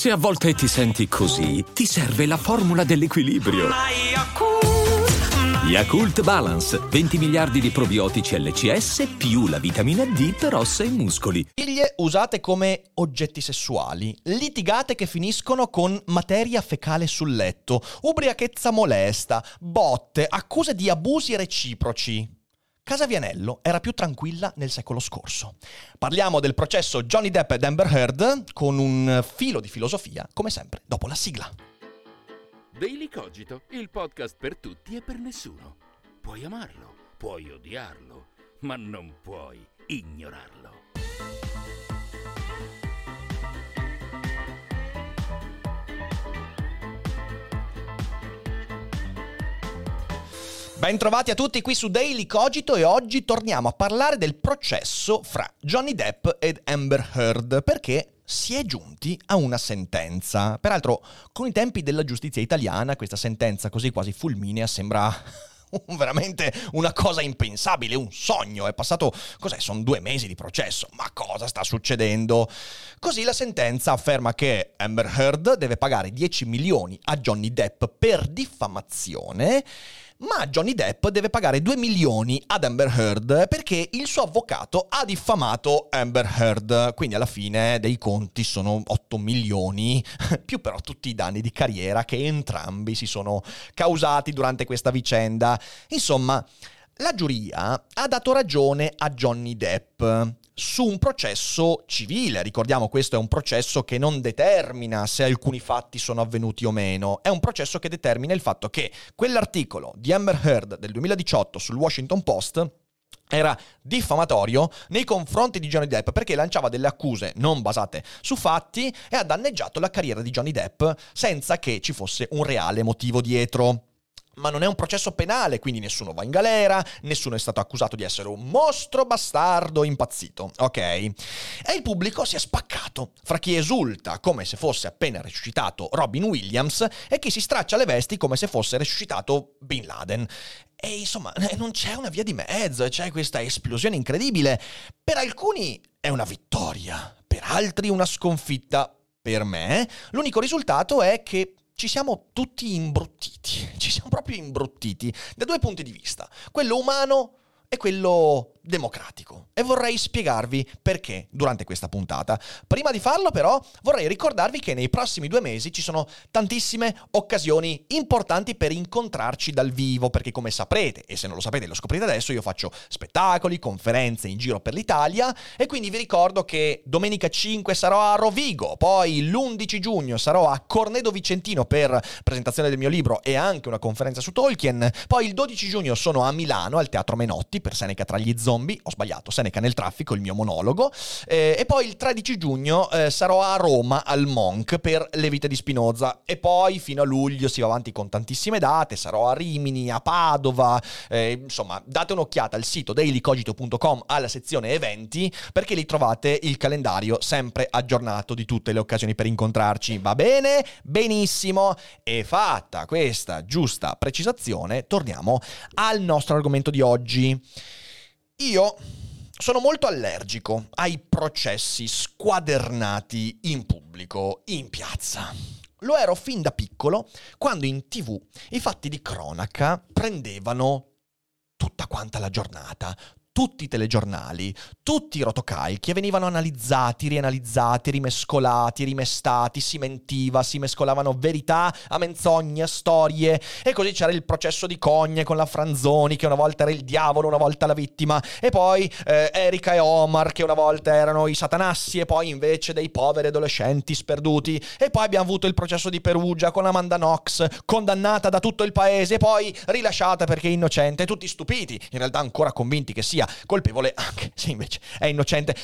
Se a volte ti senti così, ti serve la formula dell'equilibrio. Yakult Balance, 20 miliardi di probiotici LCS più la vitamina D per ossa e muscoli. Figlie usate come oggetti sessuali, litigate che finiscono con materia fecale sul letto, ubriachezza molesta, botte, accuse di abusi reciproci. Casa Vianello era più tranquilla nel secolo scorso. Parliamo del processo Johnny Depp ed Amber Heard con un filo di filosofia, come sempre, dopo la sigla. Daily Cogito, il podcast per tutti e per nessuno. Puoi amarlo, puoi odiarlo, ma non puoi ignorarlo. Bentrovati a tutti qui su Daily Cogito e oggi torniamo a parlare del processo fra Johnny Depp ed Amber Heard perché si è giunti a una sentenza. Peraltro, con i tempi della giustizia italiana, questa sentenza così quasi fulminea sembra veramente una cosa impensabile, un sogno. È passato, sono 2 mesi di processo, ma cosa sta succedendo? Così la sentenza afferma che Amber Heard deve pagare 10 milioni a Johnny Depp per diffamazione, ma Johnny Depp deve pagare 2 milioni ad Amber Heard perché il suo avvocato ha diffamato Amber Heard. Quindi alla fine dei conti sono 8 milioni, più però tutti i danni di carriera che entrambi si sono causati durante questa vicenda. Insomma, la giuria ha dato ragione a Johnny Depp su un processo civile. Ricordiamo, questo è un processo che non determina se alcuni fatti sono avvenuti o meno, è un processo che determina il fatto che quell'articolo di Amber Heard del 2018 sul Washington Post era diffamatorio nei confronti di Johnny Depp perché lanciava delle accuse non basate su fatti e ha danneggiato la carriera di Johnny Depp senza che ci fosse un reale motivo dietro. Ma non è un processo penale, quindi nessuno va in galera, nessuno è stato accusato di essere un mostro bastardo impazzito, ok? E il pubblico si è spaccato fra chi esulta come se fosse appena resuscitato Robin Williams e chi si straccia le vesti come se fosse resuscitato Bin Laden. E insomma, non c'è una via di mezzo, c'è questa esplosione incredibile. Per alcuni è una vittoria, per altri una sconfitta. Per me, l'unico risultato è che ci siamo tutti imbruttiti, ci siamo proprio imbruttiti da 2 punti di vista, quello umano e quello democratico. E vorrei spiegarvi perché durante questa puntata. Prima di farlo però vorrei ricordarvi che nei prossimi 2 mesi ci sono tantissime occasioni importanti per incontrarci dal vivo, perché come saprete, e se non lo sapete lo scoprite adesso, io faccio spettacoli, conferenze in giro per l'Italia e quindi vi ricordo che domenica 5 sarò a Rovigo, poi l'11 giugno sarò a Cornedo Vicentino per presentazione del mio libro e anche una conferenza su Tolkien, poi il 12 giugno sono a Milano al Teatro Menotti per Seneca tra gli zombie, ho sbagliato, Seneca nel traffico, il mio monologo, e poi il 13 giugno sarò a Roma al Monk per Le vite di Spinoza e poi fino a luglio si va avanti con tantissime date, sarò a Rimini, a Padova, insomma date un'occhiata al sito dailycogito.com alla sezione eventi perché lì trovate il calendario sempre aggiornato di tutte le occasioni per incontrarci, va bene? Benissimo, e fatta questa giusta precisazione torniamo al nostro argomento di oggi. Io sono molto allergico ai processi squadernati in pubblico, in piazza. Lo ero fin da piccolo, quando in TV i fatti di cronaca prendevano tutta quanta la giornata. Tutti i telegiornali, tutti i rotocalchi e venivano analizzati, rianalizzati, rimescolati, rimestati, si mentiva, si mescolavano verità a menzogne, a storie e così c'era il processo di Cogne con la Franzoni che una volta era il diavolo, una volta la vittima e poi Erika e Omar che una volta erano i satanassi e poi invece dei poveri adolescenti sperduti e poi abbiamo avuto il processo di Perugia con Amanda Knox condannata da tutto il paese e poi rilasciata perché è innocente, tutti stupiti, in realtà ancora convinti che sia colpevole anche se invece è innocente.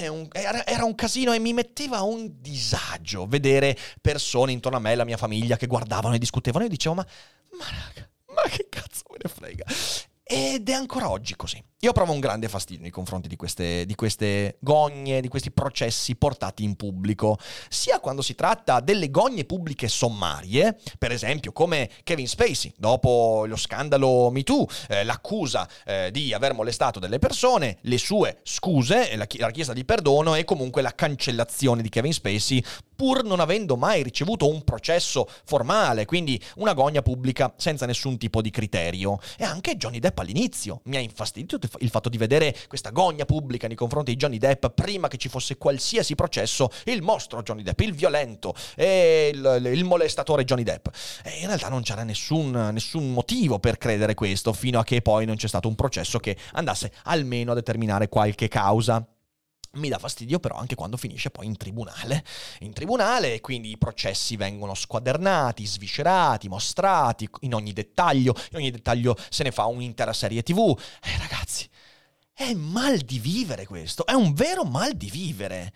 Era un casino e mi metteva un disagio vedere persone intorno a me, la mia famiglia, che guardavano e discutevano e io dicevo ma raga, ma che cazzo me ne frega? Ed è ancora oggi così. Io provo un grande fastidio nei confronti di queste gogne, di questi processi portati in pubblico, sia quando si tratta delle gogne pubbliche sommarie, per esempio come Kevin Spacey, dopo lo scandalo Me Too, l'accusa di aver molestato delle persone, le sue scuse, la richiesta di perdono e comunque la cancellazione di Kevin Spacey, pur non avendo mai ricevuto un processo formale, quindi una gogna pubblica senza nessun tipo di criterio. E anche Johnny Depp all'inizio mi ha infastidito il fatto di vedere questa gogna pubblica nei confronti di Johnny Depp prima che ci fosse qualsiasi processo, il mostro Johnny Depp, il violento e il molestatore Johnny Depp. E in realtà non c'era nessun motivo per credere questo, fino a che poi non c'è stato un processo che andasse almeno a determinare qualche causa. Mi dà fastidio però anche quando finisce poi in tribunale, e quindi i processi vengono squadernati, sviscerati, mostrati in ogni dettaglio se ne fa un'intera serie TV. Ragazzi, è mal di vivere questo, è un vero mal di vivere.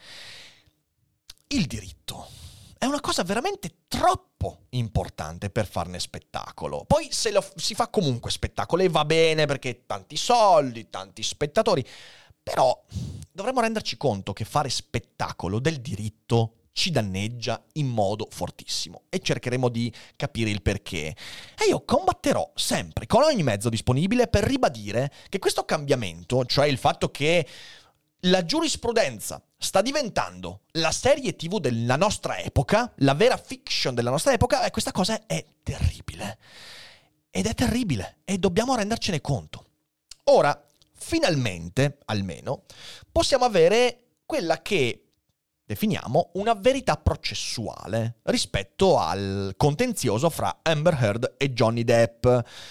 Il diritto è una cosa veramente troppo importante per farne spettacolo. Poi si fa comunque spettacolo e va bene perché tanti soldi, tanti spettatori. Però dovremmo renderci conto che fare spettacolo del diritto ci danneggia in modo fortissimo e cercheremo di capire il perché. E io combatterò sempre con ogni mezzo disponibile per ribadire che questo cambiamento, cioè il fatto che la giurisprudenza sta diventando la serie TV della nostra epoca, la vera fiction della nostra epoca, questa cosa è terribile. Ed è terribile e dobbiamo rendercene conto. Ora, finalmente, almeno, possiamo avere quella che definiamo una verità processuale rispetto al contenzioso fra Amber Heard e Johnny Depp,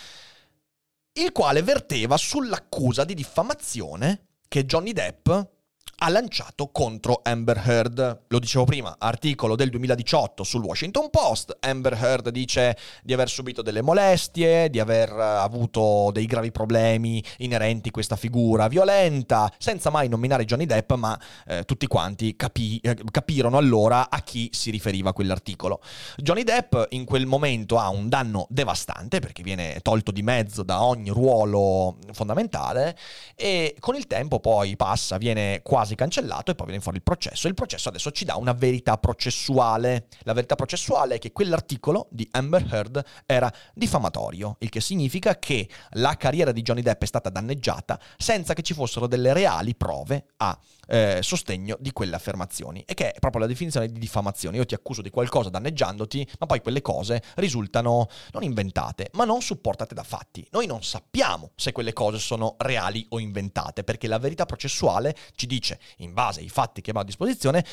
il quale verteva sull'accusa di diffamazione che Johnny Depp ha lanciato contro Amber Heard. Lo dicevo prima, articolo del 2018 sul Washington Post. Amber Heard dice di aver subito delle molestie, di aver avuto dei gravi problemi inerenti a questa figura violenta, senza mai nominare Johnny Depp, ma tutti quanti capirono allora a chi si riferiva quell'articolo. Johnny Depp in quel momento ha un danno devastante perché viene tolto di mezzo da ogni ruolo fondamentale e con il tempo poi passa, viene quasi cancellato e poi viene fuori il processo. Il processo adesso ci dà una verità processuale. La verità processuale è che quell'articolo di Amber Heard era diffamatorio, il che significa che la carriera di Johnny Depp è stata danneggiata senza che ci fossero delle reali prove a sostegno di quelle affermazioni, e che è proprio la definizione di diffamazione. Io ti accuso di qualcosa danneggiandoti, ma poi quelle cose risultano non inventate, ma non supportate da fatti. Noi non sappiamo se quelle cose sono reali o inventate, perché la verità processuale ci dice, in base ai fatti che abbiamo a disposizione,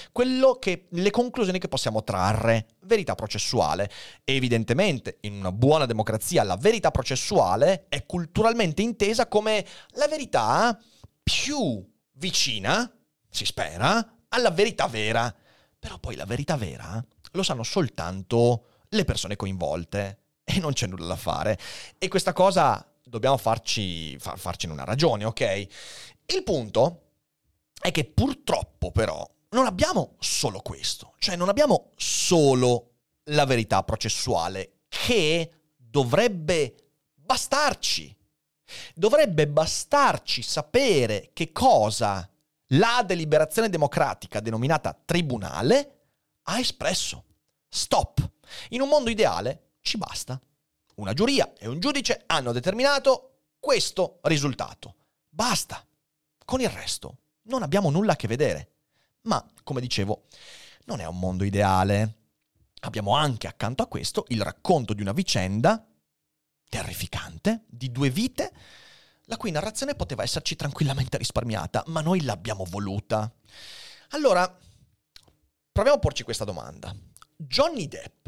le conclusioni che possiamo trarre. Verità processuale. Evidentemente, in una buona democrazia, la verità processuale è culturalmente intesa come la verità più vicina, si spera, alla verità vera. Però poi la verità vera lo sanno soltanto le persone coinvolte e non c'è nulla da fare. E questa cosa dobbiamo farcene una ragione, ok? Il punto è che purtroppo però non abbiamo solo questo, cioè non abbiamo solo la verità processuale, che dovrebbe bastarci. Dovrebbe bastarci sapere che cosa la deliberazione democratica denominata tribunale ha espresso. Stop. In un mondo ideale ci basta. Una giuria e un giudice hanno determinato questo risultato. Basta. Con il resto non abbiamo nulla a che vedere. Ma, come dicevo, non è un mondo ideale. Abbiamo anche accanto a questo il racconto di una vicenda terrificante, di 2 vite, la cui narrazione poteva esserci tranquillamente risparmiata, ma noi l'abbiamo voluta. Allora, proviamo a porci questa domanda. Johnny Depp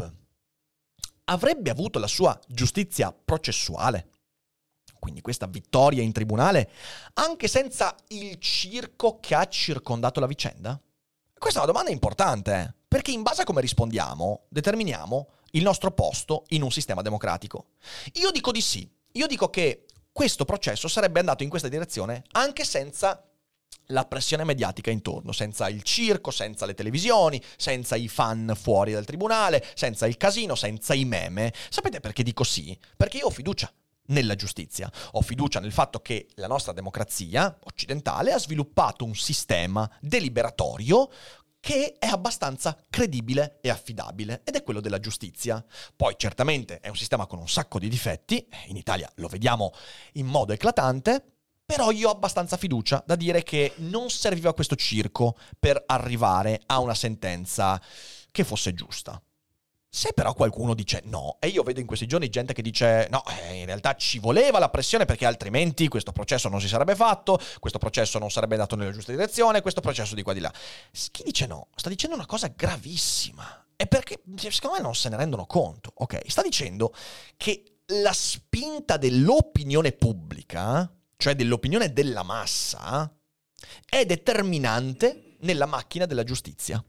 avrebbe avuto la sua giustizia processuale, quindi questa vittoria in tribunale, anche senza il circo che ha circondato la vicenda? Questa è una domanda importante, perché in base a come rispondiamo, determiniamo il nostro posto in un sistema democratico. Io dico di sì. Io dico che questo processo sarebbe andato in questa direzione anche senza la pressione mediatica intorno, senza il circo, senza le televisioni, senza i fan fuori dal tribunale, senza il casino, senza i meme. Sapete perché dico sì? Perché io ho fiducia. nella giustizia. Ho fiducia nel fatto che la nostra democrazia occidentale ha sviluppato un sistema deliberatorio che è abbastanza credibile e affidabile, ed è quello della giustizia. Poi certamente è un sistema con un sacco di difetti, in Italia lo vediamo in modo eclatante, però io ho abbastanza fiducia da dire che non serviva questo circo per arrivare a una sentenza che fosse giusta. Se però qualcuno dice no, e io vedo in questi giorni gente che dice no, in realtà ci voleva la pressione perché altrimenti questo processo non si sarebbe fatto, questo processo non sarebbe andato nella giusta direzione, questo processo di qua di là. Chi dice no sta dicendo una cosa gravissima, e perché secondo me non se ne rendono conto, ok? Sta dicendo che la spinta dell'opinione pubblica, cioè dell'opinione della massa, è determinante nella macchina della giustizia.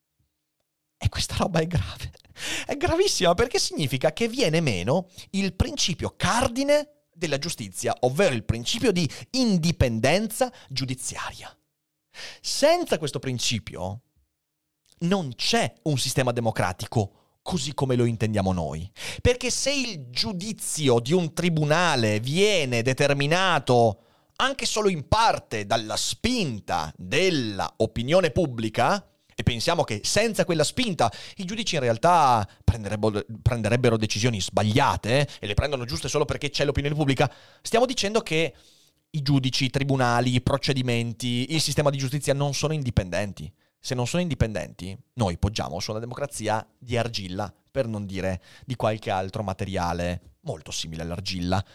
E questa roba è grave. È gravissima, perché significa che viene meno il principio cardine della giustizia, ovvero il principio di indipendenza giudiziaria. Senza questo principio non c'è un sistema democratico così come lo intendiamo noi. Perché se il giudizio di un tribunale viene determinato anche solo in parte dalla spinta della opinione pubblica, e pensiamo che senza quella spinta i giudici in realtà prenderebbero decisioni sbagliate, e le prendono giuste solo perché c'è l'opinione pubblica, stiamo dicendo che i giudici, i tribunali, i procedimenti, il sistema di giustizia non sono indipendenti. Se non sono indipendenti, noi poggiamo su una democrazia di argilla, per non dire di qualche altro materiale molto simile all'argilla.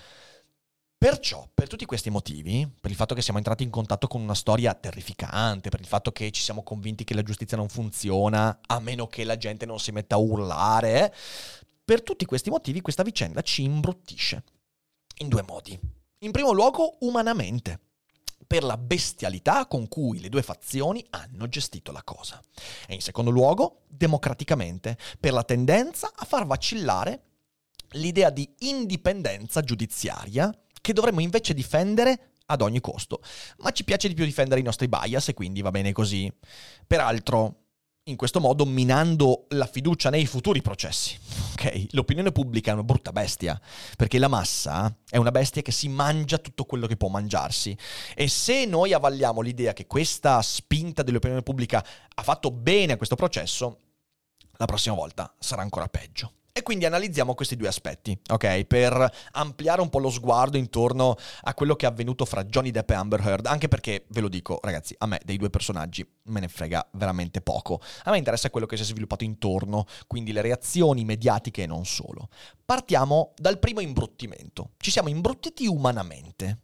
Perciò, per tutti questi motivi, per il fatto che siamo entrati in contatto con una storia terrificante, per il fatto che ci siamo convinti che la giustizia non funziona, a meno che la gente non si metta a urlare, per tutti questi motivi questa vicenda ci imbruttisce. In due modi. In primo luogo, umanamente, per la bestialità con cui le due fazioni hanno gestito la cosa. E in secondo luogo, democraticamente, per la tendenza a far vacillare l'idea di indipendenza giudiziaria che dovremmo invece difendere ad ogni costo. Ma ci piace di più difendere i nostri bias, e quindi va bene così. Peraltro, in questo modo minando la fiducia nei futuri processi. Ok? L'opinione pubblica è una brutta bestia, perché la massa è una bestia che si mangia tutto quello che può mangiarsi. E se noi avvalliamo l'idea che questa spinta dell'opinione pubblica ha fatto bene a questo processo, la prossima volta sarà ancora peggio. E quindi analizziamo questi due aspetti, ok? Per ampliare un po' lo sguardo intorno a quello che è avvenuto fra Johnny Depp e Amber Heard, anche perché, ve lo dico, ragazzi, a me dei due personaggi me ne frega veramente poco. A me interessa quello che si è sviluppato intorno, quindi le reazioni mediatiche e non solo. Partiamo dal primo imbruttimento. Ci siamo imbruttiti umanamente.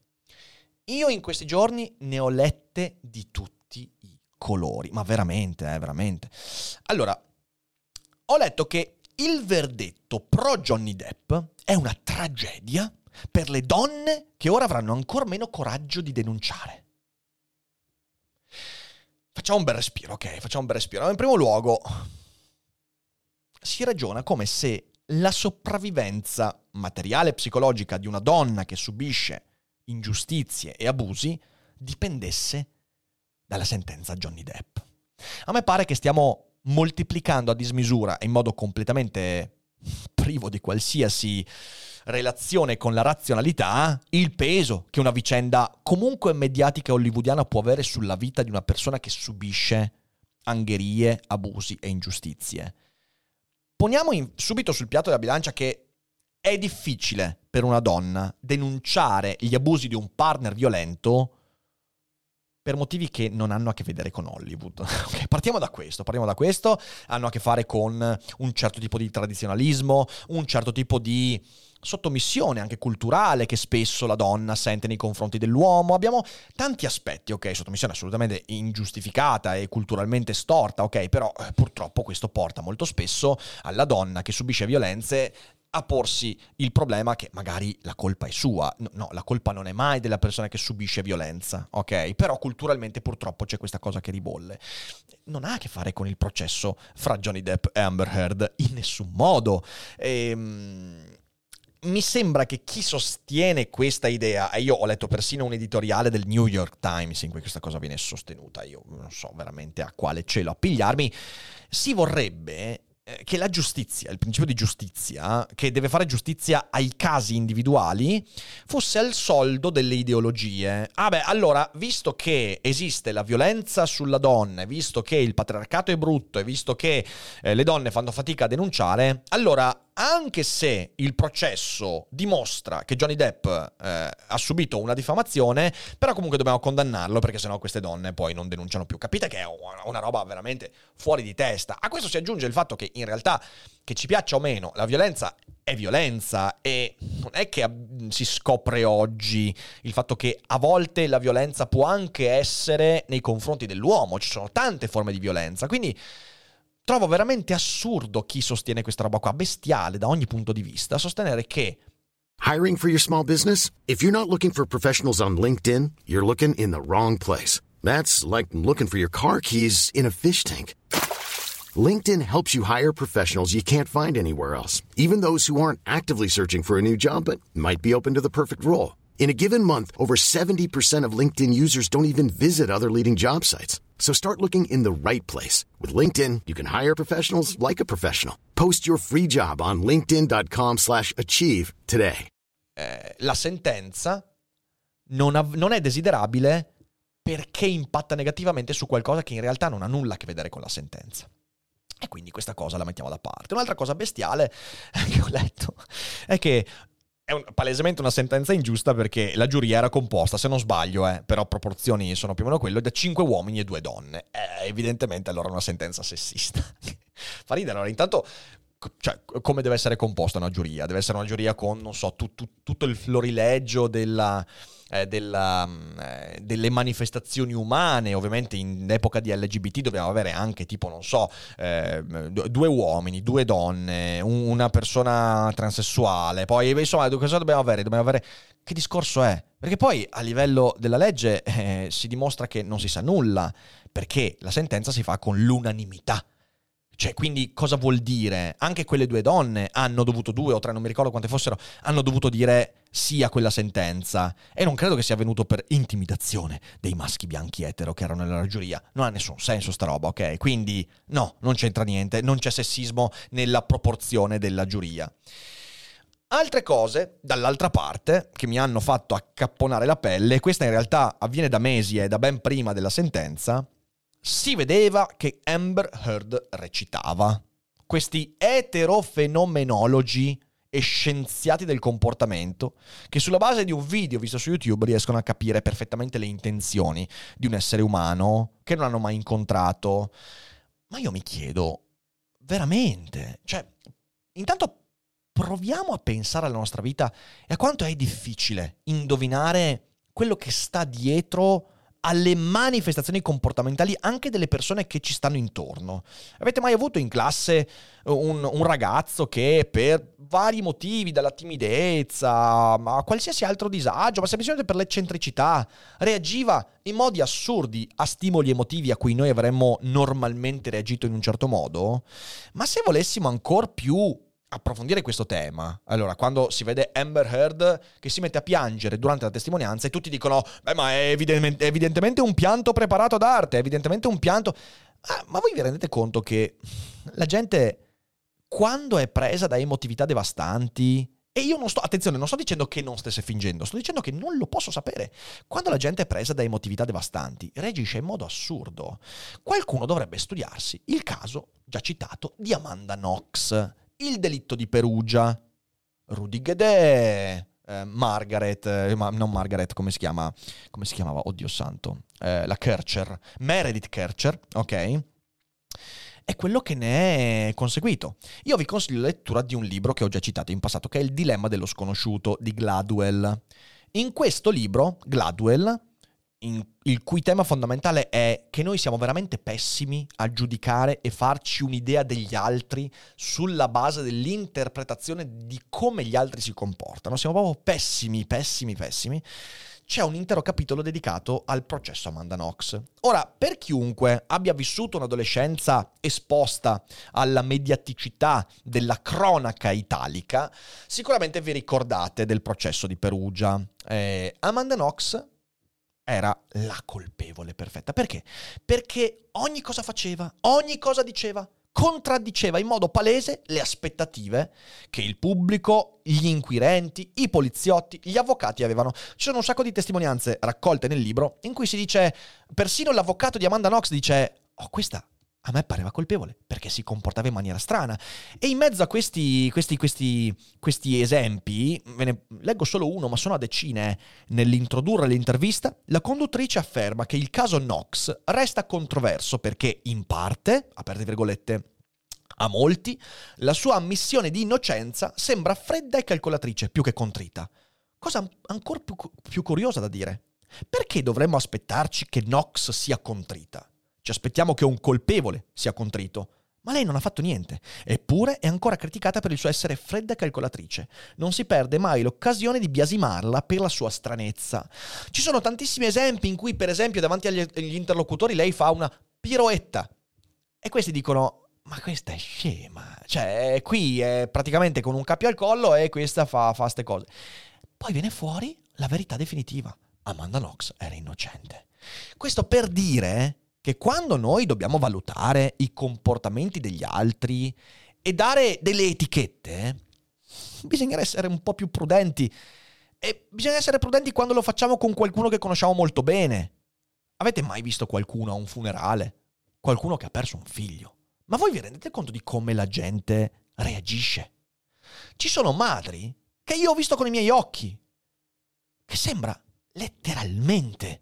Io in questi giorni ne ho lette di tutti i colori, ma veramente, veramente. Allora, ho letto che il verdetto pro Johnny Depp è una tragedia per le donne che ora avranno ancora meno coraggio di denunciare. Facciamo un bel respiro, ok? Facciamo un bel respiro. In primo luogo, si ragiona come se la sopravvivenza materiale e psicologica di una donna che subisce ingiustizie e abusi dipendesse dalla sentenza Johnny Depp. A me pare che stiamo moltiplicando a dismisura e in modo completamente privo di qualsiasi relazione con la razionalità il peso che una vicenda comunque mediatica hollywoodiana può avere sulla vita di una persona che subisce angherie, abusi e ingiustizie. Poniamo subito sul piatto della bilancia che è difficile per una donna denunciare gli abusi di un partner violento per motivi che non hanno a che vedere con Hollywood. Okay, partiamo da questo. Hanno a che fare con un certo tipo di tradizionalismo, un certo tipo di sottomissione anche culturale che spesso la donna sente nei confronti dell'uomo. Abbiamo tanti aspetti, ok? Sottomissione assolutamente ingiustificata e culturalmente storta, ok? Però purtroppo questo porta molto spesso alla donna che subisce violenze a porsi il problema che magari la colpa è sua. No, la colpa non è mai della persona che subisce violenza, ok? Però culturalmente purtroppo c'è questa cosa che ribolle. Non ha a che fare con il processo fra Johnny Depp e Amber Heard in nessun modo. Mi sembra che chi sostiene questa idea, e io ho letto persino un editoriale del New York Times in cui questa cosa viene sostenuta, io non so veramente a quale cielo appigliarmi, si vorrebbe che la giustizia, il principio di giustizia, che deve fare giustizia ai casi individuali, fosse al soldo delle ideologie. Allora, visto che esiste la violenza sulla donna, visto che il patriarcato è brutto e visto che le donne fanno fatica a denunciare, allora, anche se il processo dimostra che Johnny Depp ha subito una diffamazione, però comunque dobbiamo condannarlo perché sennò queste donne poi non denunciano più. Capite che è una roba veramente fuori di testa. A questo si aggiunge il fatto che in realtà, che ci piaccia o meno, la violenza è violenza e non è che si scopre oggi il fatto che a volte la violenza può anche essere nei confronti dell'uomo. Ci sono tante forme di violenza, quindi trovo veramente assurdo chi sostiene questa roba qua, bestiale da ogni punto di vista, sostenere che Hiring for your small business? If you're not looking for professionals on LinkedIn, you're looking in the wrong place. That's like looking for your car keys in a fish tank. LinkedIn helps you hire professionals you can't find anywhere else, even those who aren't actively searching for a new job but might be open to the perfect role. In a given month, over 70% of LinkedIn users don't even visit other leading job sites. So start looking in the right place. With LinkedIn, you can hire professionals like a professional. Post your free job on linkedin.com/achieve today. La sentenza non è desiderabile perché impatta negativamente su qualcosa che in realtà non ha nulla a che vedere con la sentenza. E quindi questa cosa la mettiamo da parte. Un'altra cosa bestiale che ho letto è che è palesemente una sentenza ingiusta perché la giuria era composta, se non sbaglio, però proporzioni sono più o meno quello, da 5 uomini e 2 donne. Evidentemente allora è una sentenza sessista. Fa ridere. Allora, intanto, cioè, come deve essere composta una giuria? Deve essere una giuria con, non so, tutto il florileggio delle manifestazioni umane. Ovviamente in epoca di LGBT dobbiamo avere anche tipo, non so, 2 uomini, 2 donne, una persona transessuale. Poi insomma cosa dobbiamo avere? Che discorso è? Perché poi a livello della legge si dimostra che non si sa nulla, perché la sentenza si fa con l'unanimità. Cioè, quindi cosa vuol dire? Anche quelle 2 donne hanno dovuto, 2 o 3, non mi ricordo quante fossero, hanno dovuto dire sì a quella sentenza. E non credo che sia avvenuto per intimidazione dei maschi bianchi etero che erano nella giuria. Non ha nessun senso sta roba, ok? Quindi no, non c'entra niente, non c'è sessismo nella proporzione della giuria. Altre cose, dall'altra parte, che mi hanno fatto accapponare la pelle, questa in realtà avviene da mesi e da ben prima della sentenza. Si vedeva che Amber Heard recitava. Questi eterofenomenologi e scienziati del comportamento che sulla base di un video visto su YouTube riescono a capire perfettamente le intenzioni di un essere umano che non hanno mai incontrato. Ma io mi chiedo, veramente, cioè, intanto proviamo a pensare alla nostra vita e a quanto è difficile indovinare quello che sta dietro alle manifestazioni comportamentali anche delle persone che ci stanno intorno. Avete mai avuto in classe un ragazzo che per vari motivi, dalla timidezza, ma qualsiasi altro disagio, ma semplicemente per l'eccentricità, reagiva in modi assurdi a stimoli emotivi a cui noi avremmo normalmente reagito in un certo modo? Ma se volessimo ancor più approfondire questo tema, allora quando si vede Amber Heard che si mette a piangere durante la testimonianza e tutti dicono ma è evidentemente un pianto preparato d'arte, è evidentemente un pianto, ma voi vi rendete conto che la gente quando è presa da emotività devastanti, e io non sto dicendo che non stesse fingendo, sto dicendo che non lo posso sapere, quando la gente è presa da emotività devastanti reagisce in modo assurdo. Qualcuno dovrebbe studiarsi il caso già citato di Amanda Knox, il delitto di Perugia, Rudy Guedè, non Margaret, come si chiamava? Oddio santo, la Kercher, Meredith Kercher, ok? È quello che ne è conseguito. Io vi consiglio la lettura di un libro che ho già citato in passato, che è Il dilemma dello sconosciuto di Gladwell. In questo libro, Gladwell, il cui tema fondamentale è che noi siamo veramente pessimi a giudicare e farci un'idea degli altri sulla base dell'interpretazione di come gli altri si comportano. Siamo proprio pessimi. C'è un intero capitolo dedicato al processo Amanda Knox. Ora, per chiunque abbia vissuto un'adolescenza esposta alla mediaticità della cronaca italica, sicuramente vi ricordate del processo di Perugia. Amanda Knox era la colpevole perfetta. Perché? Perché ogni cosa faceva, ogni cosa diceva, contraddiceva in modo palese le aspettative che il pubblico, gli inquirenti, i poliziotti, gli avvocati avevano. Ci sono un sacco di testimonianze raccolte nel libro in cui si dice, persino l'avvocato di Amanda Knox dice, questa a me pareva colpevole perché si comportava in maniera strana. E in mezzo a questi esempi, ve ne leggo solo uno, ma sono a decine, nell'introdurre l'intervista, la conduttrice afferma che il caso Knox resta controverso perché, in parte, aperte virgolette, a molti, la sua ammissione di innocenza sembra fredda e calcolatrice più che contrita. Cosa ancora più curiosa da dire. Perché dovremmo aspettarci che Knox sia contrita? Ci aspettiamo che un colpevole sia contrito, ma lei non ha fatto niente. Eppure è ancora criticata per il suo essere fredda e calcolatrice. Non si perde mai l'occasione di biasimarla per la sua stranezza. Ci sono tantissimi esempi in cui, per esempio, davanti agli interlocutori lei fa una piroetta. E questi dicono, ma questa è scema. Cioè, qui è praticamente con un cappio al collo e questa fa ste cose. Poi viene fuori la verità definitiva. Amanda Knox era innocente. Questo per dire che quando noi dobbiamo valutare i comportamenti degli altri e dare delle etichette, bisogna essere un po' più prudenti. E bisogna essere prudenti quando lo facciamo con qualcuno che conosciamo molto bene. Avete mai visto qualcuno a un funerale? Qualcuno che ha perso un figlio? Ma voi vi rendete conto di come la gente reagisce? Ci sono madri che io ho visto con i miei occhi, che sembra letteralmente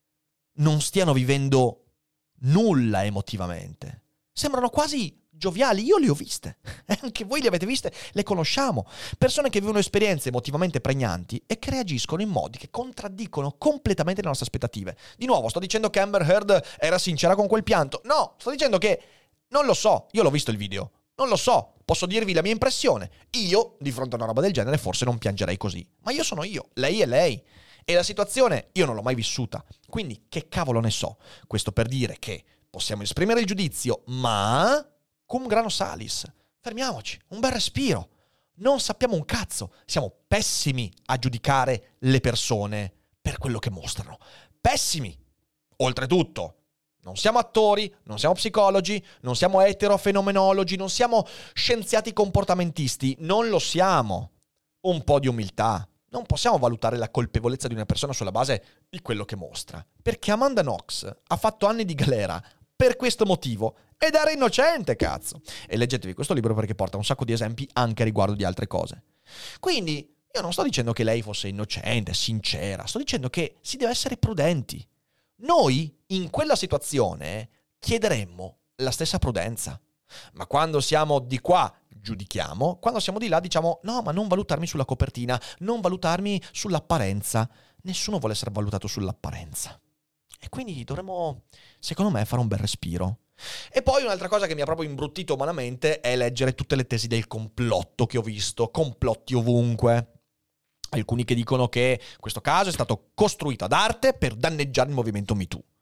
non stiano vivendo nulla emotivamente. Sembrano quasi gioviali, io le ho viste. Anche voi le avete viste, le conosciamo. Persone che vivono esperienze emotivamente pregnanti e che reagiscono in modi che contraddicono completamente le nostre aspettative. Di nuovo, sto dicendo che Amber Heard era sincera con quel pianto. No, sto dicendo che non lo so, io l'ho visto il video. Non lo so, posso dirvi la mia impressione. Io, di fronte a una roba del genere, forse non piangerei così. Ma io sono io, lei è lei. E la situazione io non l'ho mai vissuta, quindi che cavolo ne so. Questo per dire che possiamo esprimere il giudizio, ma cum grano salis. Fermiamoci, un bel respiro. Non sappiamo un cazzo, siamo pessimi a giudicare le persone per quello che mostrano. Pessimi. Oltretutto, non siamo attori, non siamo psicologi, non siamo eterofenomenologi, non siamo scienziati comportamentisti, non lo siamo. Un po' di umiltà. Non possiamo valutare la colpevolezza di una persona sulla base di quello che mostra. Perché Amanda Knox ha fatto anni di galera per questo motivo ed era innocente, cazzo. E leggetevi questo libro perché porta un sacco di esempi anche a riguardo di altre cose. Quindi io non sto dicendo che lei fosse innocente, sincera, sto dicendo che si deve essere prudenti. Noi in quella situazione chiederemmo la stessa prudenza. Ma quando siamo di qua giudichiamo, quando siamo di là diciamo no, ma non valutarmi sulla copertina, non valutarmi sull'apparenza. Nessuno vuole essere valutato sull'apparenza. E quindi dovremmo, secondo me, fare un bel respiro. E poi un'altra cosa che mi ha proprio imbruttito umanamente è leggere tutte le tesi del complotto che ho visto, complotti ovunque. Alcuni che dicono che questo caso è stato costruito ad arte per danneggiare il movimento Me Too.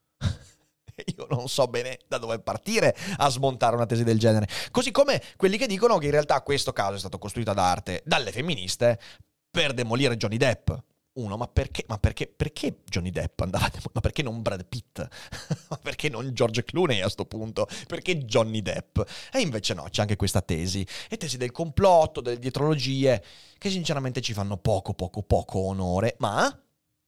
Io non so bene da dove partire a smontare una tesi del genere. Così come quelli che dicono che in realtà questo caso è stato costruito ad arte dalle femministe per demolire Johnny Depp. Uno, ma perché Johnny Depp andava ma perché non Brad Pitt? Ma perché non George Clooney a sto punto? Perché Johnny Depp? E invece no, c'è anche questa tesi. E tesi del complotto, delle dietrologie, che sinceramente ci fanno poco onore, ma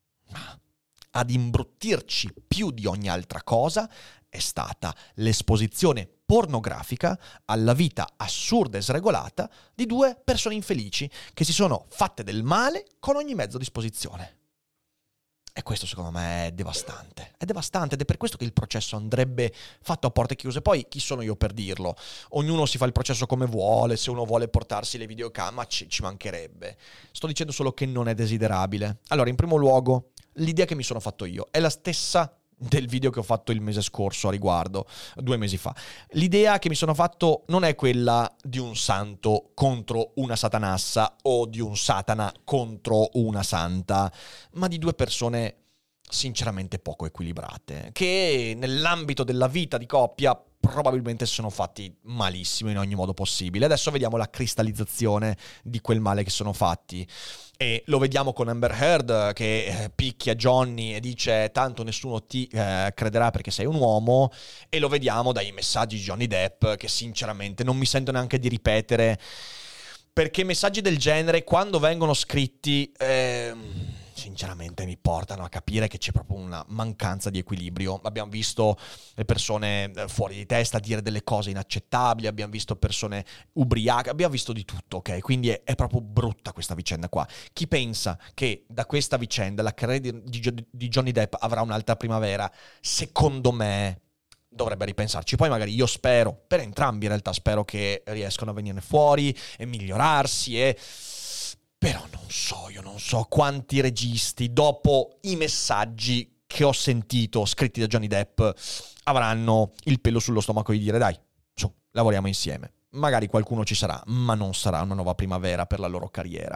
ad imbruttirci più di ogni altra cosa è stata l'esposizione pornografica alla vita assurda e sregolata di due persone infelici che si sono fatte del male con ogni mezzo a disposizione. E questo secondo me è devastante. È devastante ed è per questo che il processo andrebbe fatto a porte chiuse. Poi chi sono io per dirlo? Ognuno si fa il processo come vuole, se uno vuole portarsi le videocamere, ma ci mancherebbe. Sto dicendo solo che non è desiderabile. Allora, in primo luogo, l'idea che mi sono fatto io è la stessa del video che ho fatto il mese scorso a riguardo, 2 mesi fa. L'idea che mi sono fatto non è quella di un santo contro una satanassa o di un satana contro una santa, ma di due persone sinceramente poco equilibrate, che nell'ambito della vita di coppia probabilmente si sono fatti malissimo in ogni modo possibile. Adesso vediamo la cristallizzazione di quel male che sono fatti. E lo vediamo con Amber Heard che picchia Johnny e dice tanto nessuno ti crederà perché sei un uomo, e lo vediamo dai messaggi di Johnny Depp che sinceramente non mi sento neanche di ripetere, perché messaggi del genere quando vengono scritti sinceramente mi portano a capire che c'è proprio una mancanza di equilibrio. Abbiamo visto le persone fuori di testa dire delle cose inaccettabili, abbiamo visto persone ubriache, abbiamo visto di tutto, ok? Quindi è proprio brutta questa vicenda qua. Chi pensa che da questa vicenda la carriera di Johnny Depp avrà un'altra primavera, secondo me dovrebbe ripensarci. Poi magari io spero, per entrambi in realtà, spero che riescano a venirne fuori e migliorarsi però io non so quanti registi, dopo i messaggi che ho sentito scritti da Johnny Depp, avranno il pelo sullo stomaco di dire dai, su, lavoriamo insieme. Magari qualcuno ci sarà, ma non sarà una nuova primavera per la loro carriera.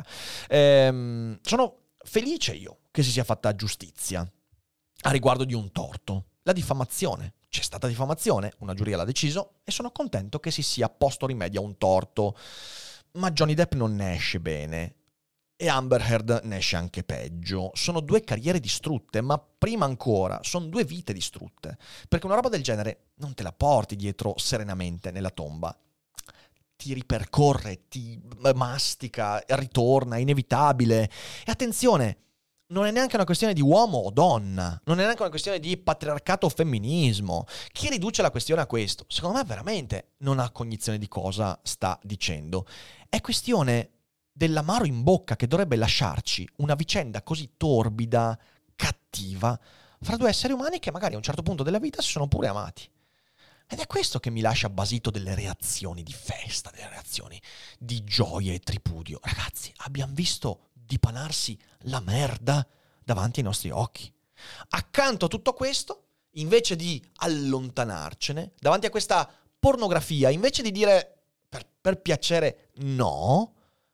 Sono felice io che si sia fatta giustizia a riguardo di un torto, la diffamazione. C'è stata diffamazione, una giuria l'ha deciso e sono contento che si sia posto rimedio a un torto. Ma Johnny Depp non ne esce bene. E Amber Heard ne esce anche peggio. Sono 2 carriere distrutte, ma prima ancora sono 2 vite distrutte. Perché una roba del genere non te la porti dietro serenamente nella tomba. Ti ripercorre, ti mastica, ritorna, è inevitabile. E attenzione, non è neanche una questione di uomo o donna, non è neanche una questione di patriarcato o femminismo. Chi riduce la questione a questo, secondo me veramente non ha cognizione di cosa sta dicendo. È questione dell'amaro in bocca che dovrebbe lasciarci una vicenda così torbida, cattiva, fra 2 esseri umani che magari a un certo punto della vita si sono pure amati. Ed è questo che mi lascia basito delle reazioni di festa, delle reazioni di gioia e tripudio. Ragazzi, abbiamo visto dipanarsi la merda davanti ai nostri occhi. Accanto a tutto questo, invece di allontanarcene, davanti a questa pornografia, invece di dire per piacere no,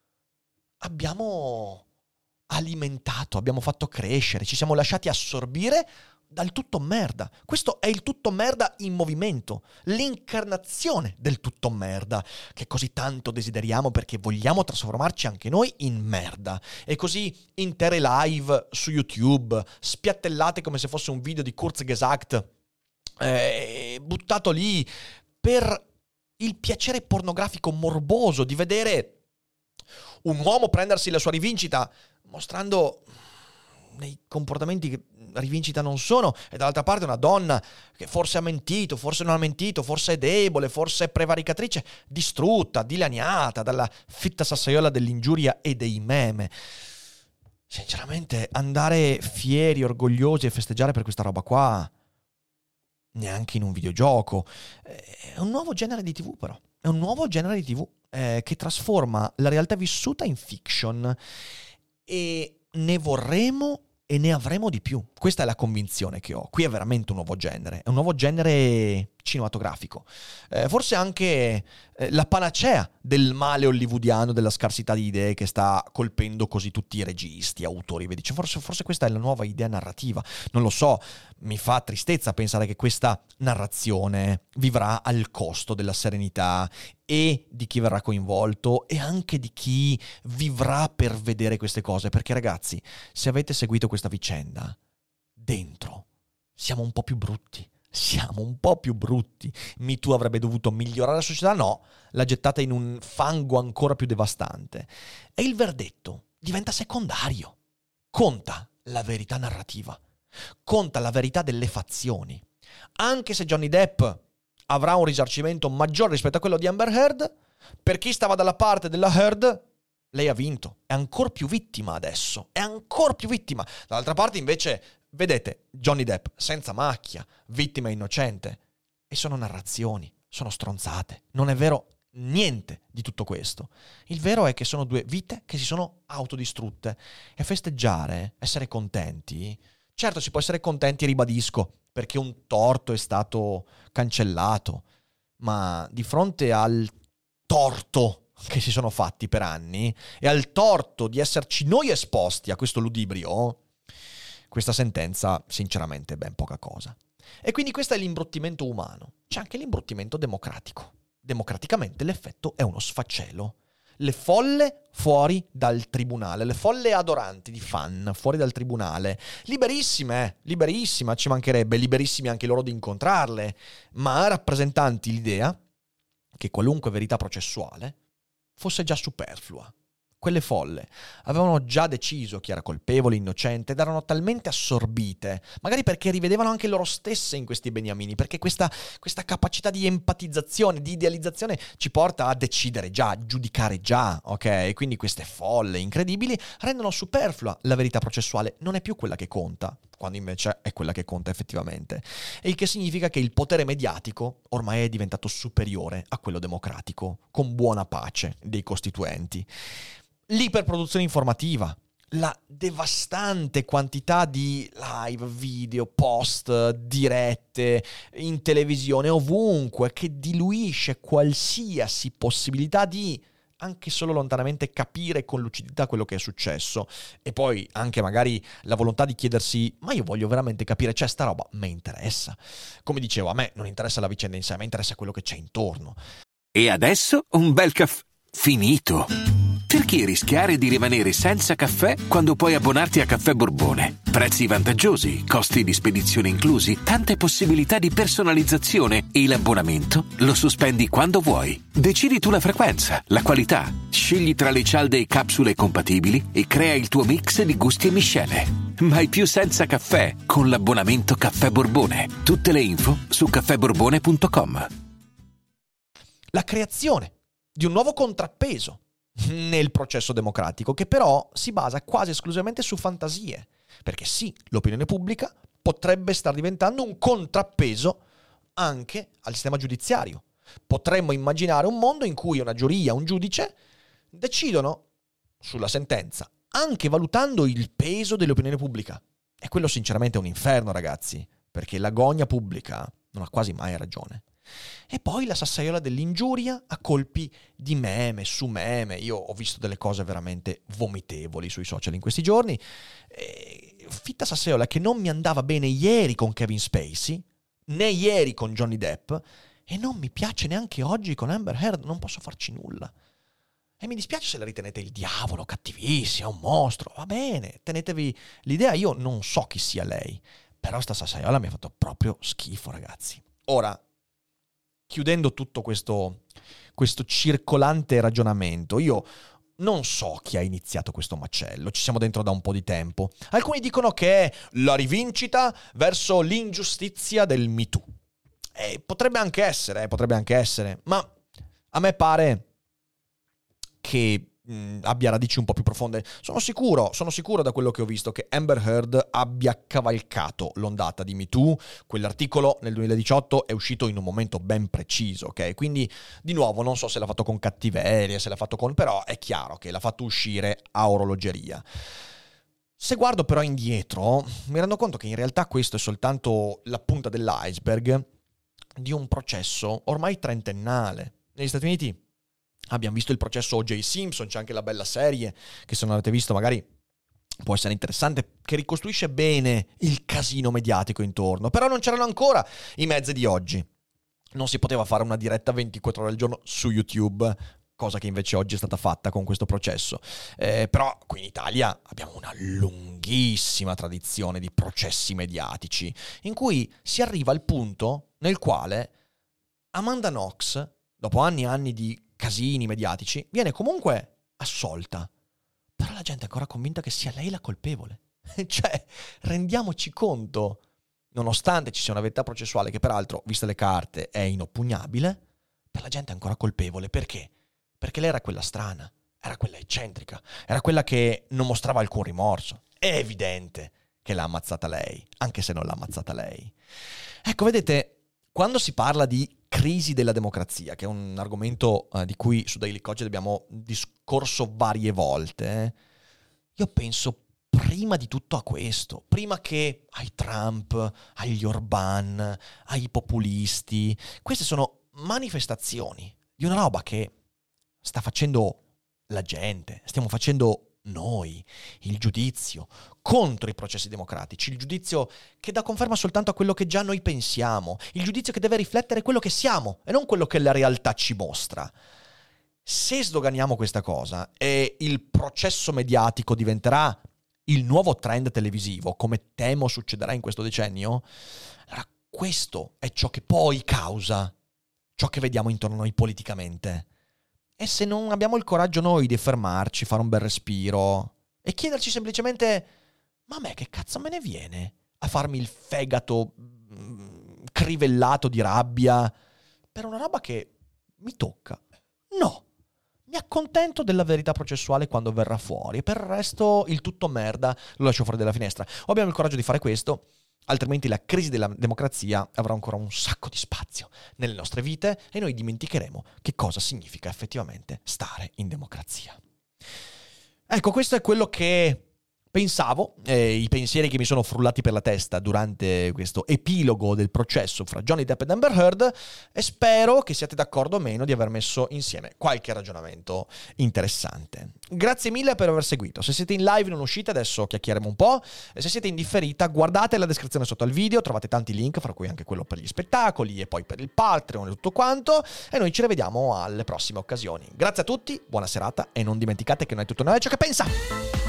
abbiamo alimentato, abbiamo fatto crescere, ci siamo lasciati assorbire dal tutto merda. Questo è il tutto merda in movimento, l'incarnazione del tutto merda, che così tanto desideriamo perché vogliamo trasformarci anche noi in merda. E così intere live su YouTube, spiattellate come se fosse un video di Kurzgesagt, buttato lì per il piacere pornografico morboso di vedere un uomo prendersi la sua rivincita mostrando dei comportamenti che rivincita non sono, e dall'altra parte una donna che forse ha mentito, forse non ha mentito, forse è debole, forse è prevaricatrice, distrutta, dilaniata dalla fitta sassaiola dell'ingiuria e dei meme. Sinceramente, andare fieri, orgogliosi e festeggiare per questa roba qua, neanche in un videogioco. È un nuovo genere di TV, però. È un nuovo genere di TV che trasforma la realtà vissuta in fiction, e ne vorremmo e ne avremo di più. Questa è la convinzione che ho. Qui è veramente un nuovo genere. È un nuovo genere cinematografico. Forse anche la panacea del male hollywoodiano, della scarsità di idee che sta colpendo così tutti i registi, autori. Vedi? Forse questa è la nuova idea narrativa. Non lo so, mi fa tristezza pensare che questa narrazione vivrà al costo della serenità e di chi verrà coinvolto, e anche di chi vivrà per vedere queste cose. Perché ragazzi, se avete seguito questa vicenda, dentro siamo un po' più brutti. Siamo un po' più brutti. Me Too avrebbe dovuto migliorare la società? No, l'ha gettata in un fango ancora più devastante. E il verdetto diventa secondario. Conta la verità narrativa. Conta la verità delle fazioni. Anche se Johnny Depp avrà un risarcimento maggiore rispetto a quello di Amber Heard, per chi stava dalla parte della Heard, lei ha vinto. È ancora più vittima adesso. È ancora più vittima. Dall'altra parte invece, vedete, Johnny Depp senza macchia, vittima innocente. E sono narrazioni, sono stronzate. Non è vero niente di tutto questo. Il vero è che sono 2 vite che si sono autodistrutte. E festeggiare, essere contenti. Certo, si può essere contenti, ribadisco, perché un torto è stato cancellato. Ma di fronte al torto che si sono fatti per anni e al torto di esserci noi esposti a questo ludibrio, questa sentenza sinceramente è ben poca cosa. E quindi questo è l'imbruttimento umano. C'è anche l'imbruttimento democratico. Democraticamente l'effetto è uno sfacelo. Le folle fuori dal tribunale, le folle adoranti di fan fuori dal tribunale, liberissima, ci mancherebbe, liberissimi anche loro di incontrarle, ma rappresentanti l'idea che qualunque verità processuale fosse già superflua. Quelle folle avevano già deciso chi era colpevole, innocente, ed erano talmente assorbite, magari perché rivedevano anche loro stesse in questi beniamini, perché questa capacità di empatizzazione, di idealizzazione ci porta a decidere già, a giudicare già, ok? Quindi queste folle incredibili rendono superflua la verità processuale, non è più quella che conta, quando invece è quella che conta effettivamente. E il che significa che il potere mediatico ormai è diventato superiore a quello democratico, con buona pace dei costituenti. L'iperproduzione informativa, la devastante quantità di live, video, post, dirette, in televisione, ovunque, che diluisce qualsiasi possibilità di anche solo lontanamente capire con lucidità quello che è successo. E poi anche magari la volontà di chiedersi: ma io voglio veramente capire, c'è sta roba, mi interessa. Come dicevo, a me non interessa la vicenda in sé, a me interessa quello che c'è intorno. E adesso un bel caffè finito. Perché rischiare di rimanere senza caffè quando puoi abbonarti a Caffè Borbone? Prezzi vantaggiosi, costi di spedizione inclusi, tante possibilità di personalizzazione e l'abbonamento lo sospendi quando vuoi. Decidi tu la frequenza, la qualità, scegli tra le cialde e capsule compatibili e crea il tuo mix di gusti e miscele. Mai più senza caffè con l'abbonamento Caffè Borbone. Tutte le info su caffèborbone.com. La creazione di un nuovo contrappeso nel processo democratico, che però si basa quasi esclusivamente su fantasie, perché sì, l'opinione pubblica potrebbe star diventando un contrappeso anche al sistema giudiziario. Potremmo immaginare un mondo in cui una giuria, un giudice decidono sulla sentenza, anche valutando il peso dell'opinione pubblica. E quello sinceramente è un inferno, ragazzi, perché l'agonia pubblica non ha quasi mai ragione. E poi la sassaiola dell'ingiuria a colpi di meme su meme. Io ho visto delle cose veramente vomitevoli sui social in questi giorni. Fitta sassaiola che non mi andava bene ieri con Kevin Spacey, né ieri con Johnny Depp, e non mi piace neanche oggi con Amber Heard. Non posso farci nulla. E mi dispiace se la ritenete il diavolo, cattivissima, un mostro. Va bene, tenetevi l'idea, io non so chi sia lei, però sta sassaiola mi ha fatto proprio schifo, ragazzi. Ora, chiudendo tutto questo circolante ragionamento, io non so chi ha iniziato questo macello, ci siamo dentro da un po' di tempo. Alcuni dicono che è la rivincita verso l'ingiustizia del Me Too. Potrebbe anche essere, ma a me pare che abbia radici un po' più profonde. Sono sicuro da quello che ho visto che Amber Heard abbia cavalcato l'ondata di Me Too. Quell'articolo nel 2018 è uscito in un momento ben preciso, ok? Quindi, di nuovo, non so se l'ha fatto con cattiveria, se l'ha fatto però è chiaro che l'ha fatto uscire a orologeria. Se guardo però indietro, mi rendo conto che in realtà questo è soltanto la punta dell'iceberg di un processo ormai trentennale. Negli Stati Uniti abbiamo visto il processo O.J. Simpson, c'è anche la bella serie, che se non avete visto magari può essere interessante, che ricostruisce bene il casino mediatico intorno. Però non c'erano ancora i mezzi di oggi. Non si poteva fare una diretta 24 ore al giorno su YouTube, cosa che invece oggi è stata fatta con questo processo. Però qui in Italia abbiamo una lunghissima tradizione di processi mediatici, in cui si arriva al punto nel quale Amanda Knox, dopo anni e anni di casini mediatici, viene comunque assolta. Però la gente è ancora convinta che sia lei la colpevole. Cioè, rendiamoci conto, nonostante ci sia una verità processuale che peraltro, viste le carte, è inoppugnabile, per la gente è ancora colpevole. Perché? Perché lei era quella strana, era quella eccentrica, era quella che non mostrava alcun rimorso. È evidente che l'ha ammazzata lei, anche se non l'ha ammazzata lei. Ecco, vedete, quando si parla di crisi della democrazia, che è un argomento di cui su Daily Cogito abbiamo discorso varie volte, io penso prima di tutto a questo, prima che ai Trump, agli Orban, ai populisti. Queste sono manifestazioni di una roba che sta facendo la gente, stiamo facendo noi, il giudizio contro i processi democratici, il giudizio che dà conferma soltanto a quello che già noi pensiamo, il giudizio che deve riflettere quello che siamo e non quello che la realtà ci mostra. Se sdoganiamo questa cosa e il processo mediatico diventerà il nuovo trend televisivo, come temo succederà in questo decennio, allora questo è ciò che poi causa ciò che vediamo intorno a noi politicamente. E se non abbiamo il coraggio noi di fermarci, fare un bel respiro e chiederci semplicemente: ma a me che cazzo me ne viene a farmi il fegato crivellato di rabbia per una roba che mi tocca? No, mi accontento della verità processuale quando verrà fuori e per il resto il tutto merda lo lascio fuori dalla finestra. O abbiamo il coraggio di fare questo, altrimenti la crisi della democrazia avrà ancora un sacco di spazio nelle nostre vite e noi dimenticheremo che cosa significa effettivamente stare in democrazia. Ecco, questo è quello che pensavo, i pensieri che mi sono frullati per la testa durante questo epilogo del processo fra Johnny Depp ed Amber Heard, e spero che siate d'accordo o meno di aver messo insieme qualche ragionamento interessante. Grazie mille per aver seguito. Se siete in live non uscite, adesso chiacchieremo un po', e se siete in differita guardate la descrizione sotto al video, trovate tanti link, fra cui anche quello per gli spettacoli e poi per il Patreon e tutto quanto, e noi ci rivediamo alle prossime occasioni. Grazie a tutti, buona serata e non dimenticate che non è tutto nella ciò che pensa!